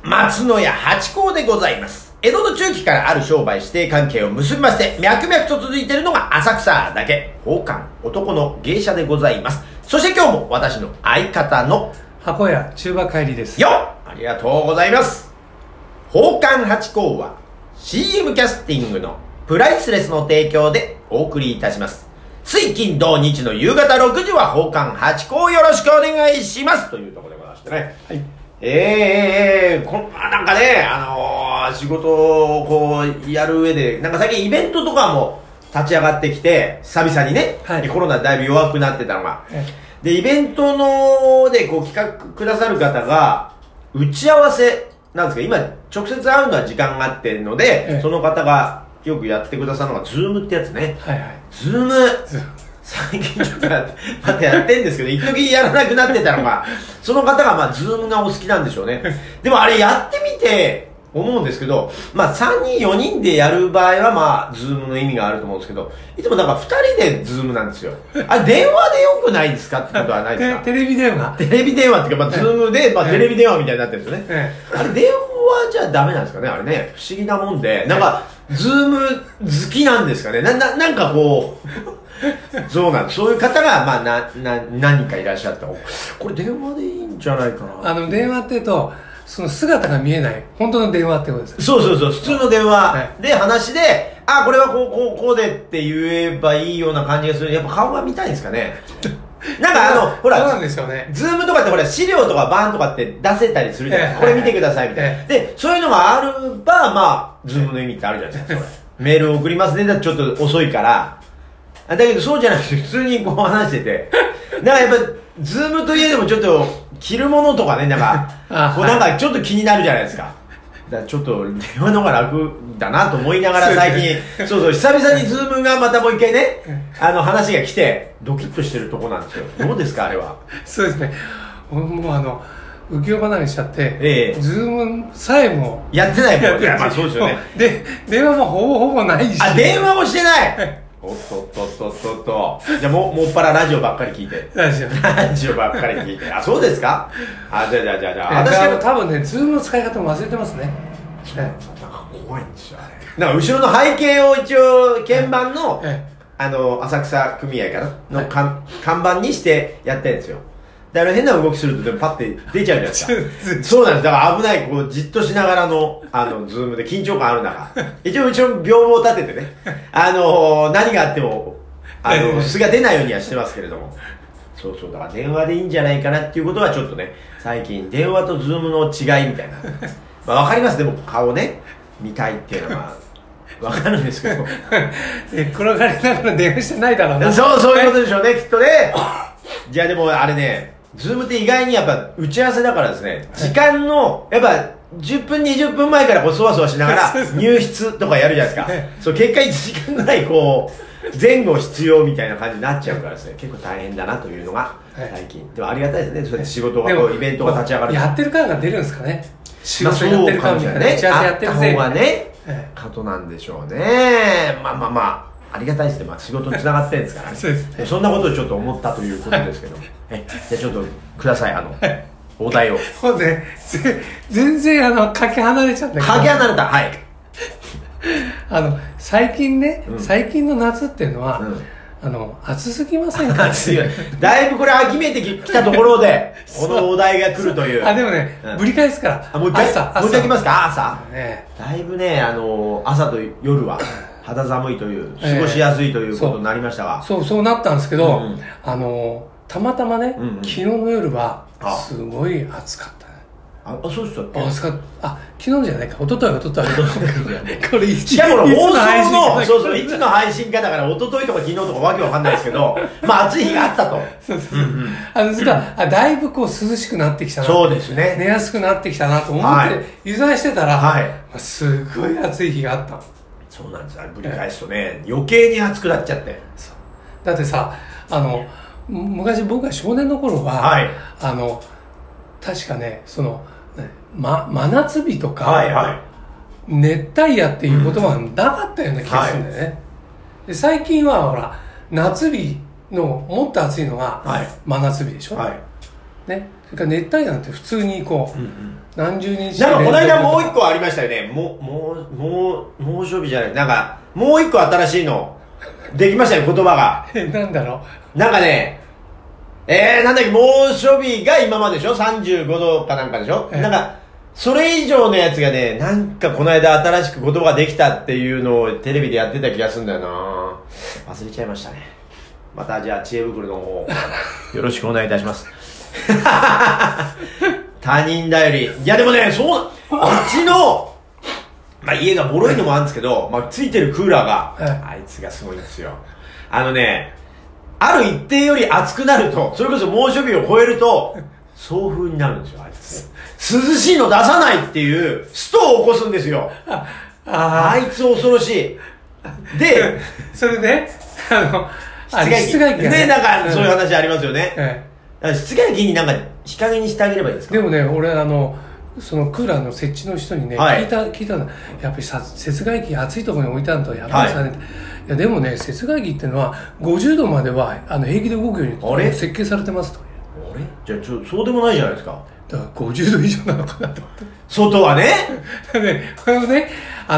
松野屋八甲でございます。江戸の中期からある商売指定関係を結びまして、脈々と続いているのが浅草だけ、宝冠男の芸者でございます。そして今日も私の相方の箱屋中馬帰りですよ。ありがとうございます。宝冠八甲は CM キャスティングのプライスレスの提供でお送りいたします。水金土日の夕方6時は宝冠八甲よろしくお願いしますというところでございましてね。はい。なんかね、仕事をこうやる上で、なんか最近イベントとかも立ち上がってきて、久々にね、はい、コロナだいぶ弱くなってたのが。で、イベントのでこう企画くださる方が、打ち合わせなんですけど、今直接会うのは時間があってんので、その方がよくやってくださるのが、ズームってやつね。はいはい。ズーム。最近ちょっとまたやってんですけど、一時やらなくなってたのが、その方がズームがお好きなんでしょうね。でもあれやってみて思うんですけど、3人4人でやる場合はズームの意味があると思うんですけど、いつもなんか2人でズームなんですよ。あれ電話でよくないですかってことはないですか？ テレビ電話っていうか、ズームで、テレビ電話みたいになってるんですよね。あれ電話じゃダメなんですかね、あれね。不思議なもんで、なんか、ズーム好きなんですかね。なんかこう、そうなんです。そういう方が、何人かいらっしゃった。これ電話でいいんじゃないかな。 電話って言うと、その姿が見えない、本当の電話ってことですか？ そう。普通の電話で話で、これはこうでって言えばいいような感じがする。やっぱ顔が見たいんですかね。なんかほら、 そうなんですよね。 ズームとかってほら、資料とかバンとかって出せたりするじゃないですか。これ見てくださいみたいな。で、そういうのがあれば、ズームの意味ってあるじゃないですか。メールを送りますね。だってちょっと遅いから。だけどそうじゃなくて普通にこう話してて、なんかやっぱズームといえどもちょっと着るものとかね、なんかなんかちょっと気になるじゃないですか。だからちょっと電話の方が楽だなと思いながら最近そう久々にズームがまたもう一回ね話が来てドキッとしてるとこなんですよ。どうですかあれは？ そうですね。もう浮世離れしちゃって、ズームさえもやってないもんね。そうですよね。 で電話もほぼないし。 電話もしてない。おっと。じゃあもっぱらラジオばっかり聞いて。ラジオばっかり聞いて。そうですか？じゃあ。 私は多分ね、ズームの使い方も忘れてますね。 なんか怖いんですよ、あれ。なんか後ろの背景を一応、鍵盤の、浅草組合かなの看板にしてやってるんですよ。だから変な動きするとでもパッて出ちゃうじゃないですか。そうなんです。だから危ない、こう、じっとしながらの、ズームで緊張感ある中。一応屏風を立ててね、何があっても、素が出ないようにはしてますけれども。そう、だから電話でいいんじゃないかなっていうことはちょっとね、最近、電話とズームの違いみたいな。わかります。でも顔ね、見たいっていうのは、わかるんですけど。 転がりながら電話してないだろうな。 そういうことでしょうね、きっとね。じゃあでもあれね、ズームって意外にやっぱ打ち合わせだからですね、時間の、やっぱ10分20分前からこうそわそわしながら入室とかやるじゃないですか。そう、結果1時間ぐらいこう、前後必要みたいな感じになっちゃうからですね、結構大変だなというのが最近。でもありがたいですね、そうやって仕事がこう、イベントが立ち上がる。 やってる感が出るんですかね。仕事やってる感じがね、打ち合わせやってる方がね、ことなんでしょうね。ありがたいですね。仕事に繋がってるんですからね。そうですね。そんなことをちょっと思ったということですけど。じゃあちょっとください、お題を。 ほんで、全然かけ離れちゃったけど。 かけ離れた、はい。 最近ね、最近の夏っていうのは、暑すぎませんか？ 暑い。だいぶこれ秋めいてきたところで、このお題が来るという。 でもね、ぶり返すから。 もう一回来ますか？朝。だいぶね、朝と夜は。肌寒いという、過ごしやすいということになりましたが。 そうなったんですけど、たまたまね、昨日の夜は、すごい暑かったね。 そうしたっけ？ 暑かった。昨日じゃないか、一昨日。 これ、しかも放送の、そう、いつの配信かだから、一昨日とか昨日とかわけわかんないですけど、暑い日があったと。 そう。だいぶこう涼しくなってきたな。 そうですね。 寝やすくなってきたなと思って、油断してたら、すごい暑い日があった。 そうなんです。ぶり返すとね、余計に暑くなっちゃって。 だってさ、昔僕が少年の頃は、確かね、真夏日とか、熱帯夜っていう言葉がなかったような気がするんだよね。で最近はほら、夏日のもっと暑いのが真夏日でしょ。 ね、それから熱帯夜なんて普通にこう、何十日なんかこの間もう一個ありましたよね。猛暑日じゃない。なんか、もう一個新しいの、できましたね、言葉が。 なんだろう。なんかね、なんだっけ、猛暑日が今まででしょ ?35 度かなんかでしょなんか、それ以上のやつがね、なんかこの間新しく言葉ができたっていうのをテレビでやってた気がするんだよな。忘れちゃいましたね。またじゃあ知恵袋の方、よろしくお願いいたします。他人だより。いやでもね、うちの、まあ家がボロいのもあるんですけど、まあついてるクーラーが、あいつがすごいんですよ。ある一定より暑くなると、それこそ猛暑日を超えると、送風になるんですよ、あいつ。涼しいの出さないっていう、ストを起こすんですよ。あいつ恐ろしい。で、 それね、 室外機ね、なんかそういう話ありますよね。室外機になんか日陰にしてあげればいいですか。 でもね、俺そのクーラーの設置の人にね、聞いたんだ。やっぱり室外機暑いところに置いてあるとやっぱりさね、いやでもね、室外機っていうのは50度までは平気で動くように設計されてますと。 あれじゃあそうでもないじゃないですか。 だから50度以上なのかなと思って。 外はね。 でこれをね、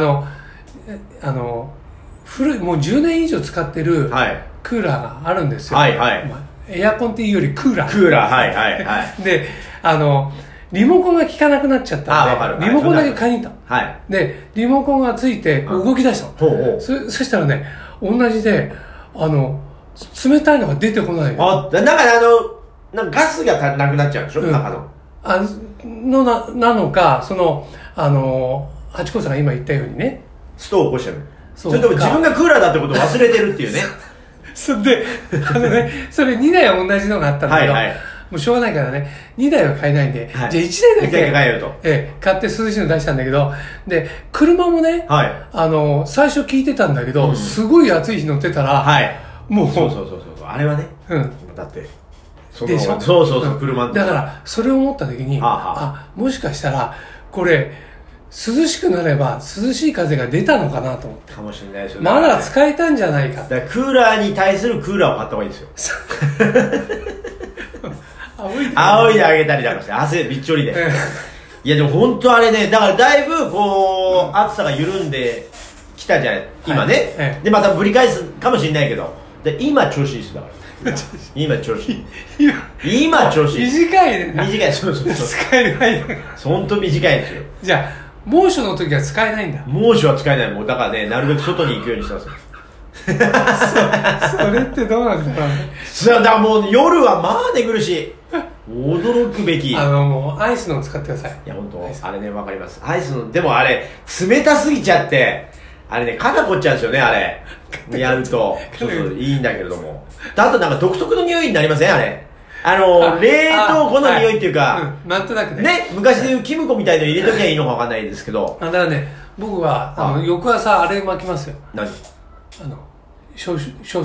古いもう10年以上使ってるクーラーがあるんですよ。エアコンっていうよりクーラー。でリモコンが効かなくなっちゃったんで、リモコンだけ買いに行った。でリモコンがついて動き出したの。そしたらね、同じで冷たいのが出てこない。 なんかなんかガスがなくなっちゃうんでしょ、中の。 なのか、ハチ公さんが今言ったようにね、 ストを起こしちゃう。それとも自分がクーラーだってことを忘れてるっていうね。 それで、それ2台は同じのがあったんだけど、もうしょうがないからね、2台は買えないんで、じゃあ1台だけ買えよと。 買って涼しいの出したんだけど、で、車もね、最初聞いてたんだけど、すごい暑い日乗ってたら、もう、 そう。あれはね、だって、 でしょ？ そう、車だから、それを思った時に、もしかしたら、これ、涼しくなれば涼しい風が出たのかなと思って。 かもしれないですよね。まだ使えたんじゃないか。 だからクーラーに対するクーラーを買った方がいいですよ。仰いであげたりなんかして、汗びっちょりで。いやでも本当あれね、だからだいぶ暑さが緩んできたじゃない、今ね。で、またぶり返すかもしれないけど、で今調子いいですだから。今調子いい。今調子いい。 短いね。 短い、そう。 使えない。 本当短いんですよ。 じゃあ、猛暑の時は使えないんだ。 猛暑は使えない。もうだからね、なるべく外に行くようにしてますよ。 それってどうなんだろうね。 だからもう夜はまあ寝苦しい。驚くべき。 もうアイスのを使ってください。 いや本当、あれね、わかります。アイスの、でもあれ冷たすぎちゃって、あれね、肩凝っちゃうんですよね、あれ。やると。そういいんだけれども。あとなんか独特の匂いになりませんあれ。冷凍庫の匂いっていうか、 なんとなくね。 ね、昔でいうキムコみたいの入れときゃいいのかわかんないですけど。 だからね、僕は、翌朝あれ巻きますよ。 何？ 消臭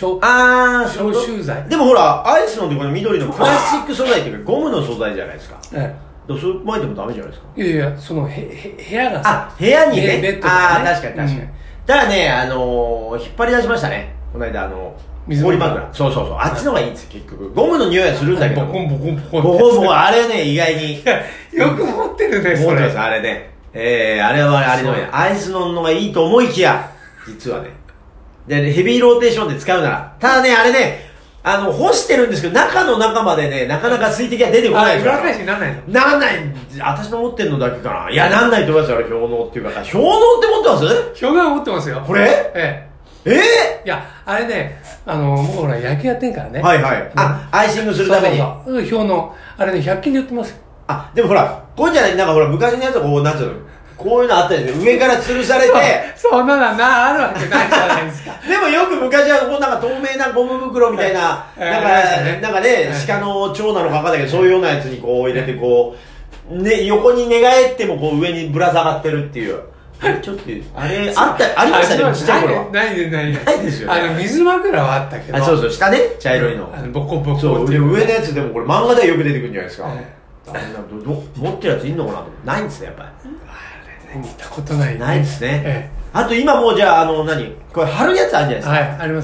剤。 でもほら、アイスのこの緑のプラスチック素材っていうか、ゴムの素材じゃないですか。それ巻いてもダメじゃないですか。 いや、部屋がさ。 部屋にね。 ベッドとかね。 確かに。ただね、引っ張り出しましたね。この間、氷枕。そう。あっちの方がいいんですよ、結局。ゴムの匂いはするんだけど。ボコン。あれね、意外に。 よく持ってるね、 それ。持ってます、あれね。あれはあれのね、アイスのがいいと思いきや、実はね。で、ヘビーローテーションで使うなら。ただね、あれね、干してるんですけど、中の中までね、なかなか水滴が出てこないですよ。 裏返しにならないの？ なんない。私の持ってるのだけかな。いや、なんないと思いますよ、氷のっていうか。氷のって持ってます氷の持ってますよ。 これ？いや、あれね、僕ほら野球やってんからね。 アイシングするために。 氷の、あれね、100均で売ってますよ。 でもほら、こうじゃない、なんかほら、昔のやつはこう、なんつうの、こういうのあったり上から吊るされて。 そんなのあるわけないじゃないですか。 でもよく昔はこうなんか透明なゴム袋みたいな、なんかね、鹿の腸なのかわかんないけど、そういうようなやつにこう入れてこう、ね、横に寝返ってもこう上にぶら下がってるっていう。ちょっと、ありましたね、ちっちゃい頃は。 ないですよね。 水枕はあったけど。 そう、下ね、茶色いの。 ボコボコ。 そう、上のやつでもこれ漫画ではよく出てくるんじゃないですか。持ってるやついんのかなと。ないんですね、やっぱり。 見たことない。 ないですね。あと今もうじゃあ、これ貼るやつあるじゃないですか。 ありますね。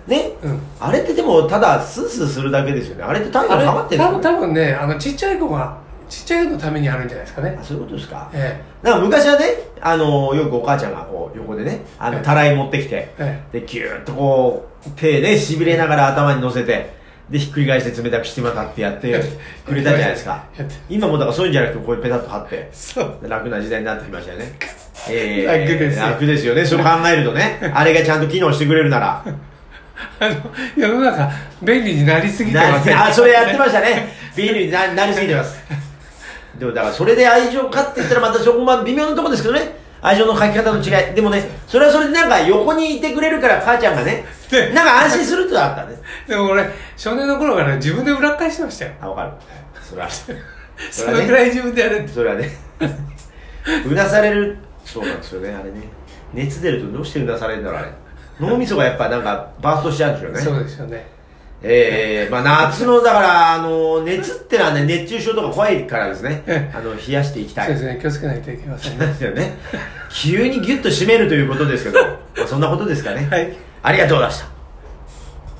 ね、あれってでもただスースーするだけですよね。あれって体温下がってるんですか？ 多分ね、ちっちゃい子のためにあるんじゃないですかね。 そういうことですか。だから昔はね、よくお母ちゃんがこう横でね、たらい持ってきて、でギューッとこう手でしびれながら頭に乗せて、でひっくり返して冷たくしてまたってやってくれたじゃないですか。今もだからそういうんじゃなくてこういうペタッと貼って楽な時代になってきましたよね。楽ですよね。そう考えるとね、あれがちゃんと機能してくれるなら。 世の中便利になりすぎてますね。 それやってましたね。便利になりすぎてます。でもだからそれで愛情かって言ったらまたそこまで微妙なとこですけどね。愛情の書き方の違い。でもね、それはそれでなんか横にいてくれるから母ちゃんがね、なんか安心するってのがあったね。 でも俺少年の頃から自分で裏返してましたよ。 わかる。それはそのぐらい自分でやるって。 それはね、うなされる。そうなんですよね、あれね。熱出るとどうしてうなされるんだろう、あれ。脳みそがやっぱなんかバーストしちゃうんですよね。 そうですよね。 夏のだから熱ってのはね、熱中症とか怖いからですね。冷やしていきたい。 そうですね、気をつけないといけませんね。 ですよね。急にギュッと締めるということですけど、そんなことですかね。 はい。 ありがとうございました。